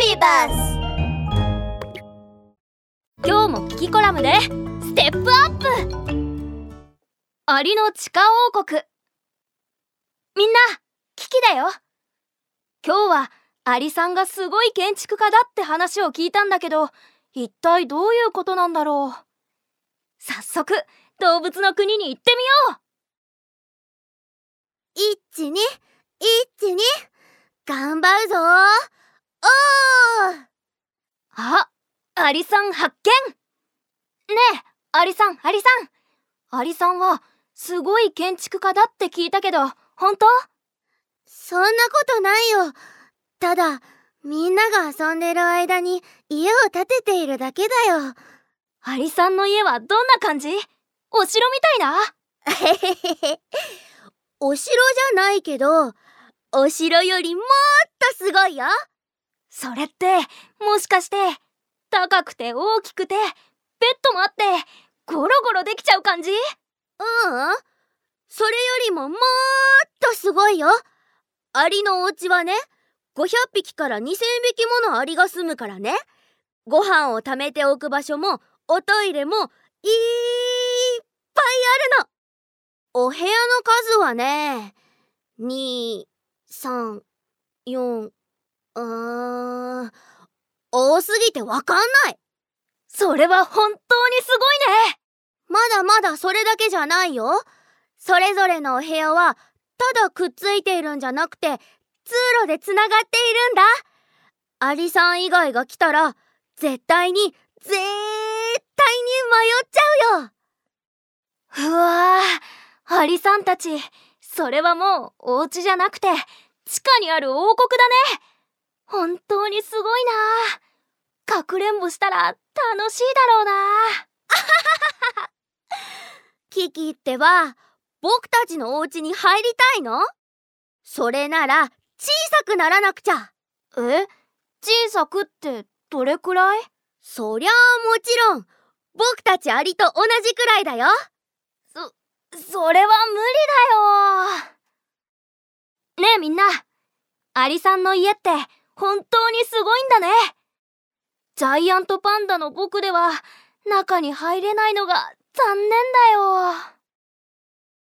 ビバス。今日もキキコラムでステップアップ。アリの地下王国。みんなキキだよ。今日はアリさんがすごい建築家だって話を聞いたんだけど、一体どういうことなんだろう。早速動物の国に行ってみよう。1212頑張るぞ。 あ、アリさん発見。ねえ、アリさんアリさんはすごい建築家だって聞いたけど、本当？ そんなことないよ。ただみんなが遊んでる間に家を建てているだけだよ。 アリさんの家はどんな感じ？お城みたいな？ お城じゃないけど、お城よりもっとすごいよ。 それってもしかして高くて大きくてベッドもあってゴロゴロできちゃう感じ？ それよりももっとすごいよ。アリのお家はね、500匹から2000匹ものアリが住むからね。ご飯を貯めておく場所もおトイレもいっぱいあるの。お部屋の数はね、2、3、4、多すぎてわかんない。 それは本当にすごいね。 まだまだそれだけじゃないよ。それぞれのお部屋はただくっついているんじゃなくて、通路でつながっているんだ。アリさん以外が来たら絶対に迷っちゃうよ。 うわー、アリさんたち、それはもうお家じゃなくて地下にある王国だね。本当にすごいな。かくれんぼしたら楽しいだろうな。 キキってば、僕たちのお家に入りたいの？それなら小さくならなくちゃ。 小さくってどれくらい？ そりゃあもちろん僕たちアリと同じくらいだよ。 それは無理だよ。ねえみんな、アリさんの家って本当にすごいんだね。ジャイアントパンダの僕では中に入れないのが残念だよ。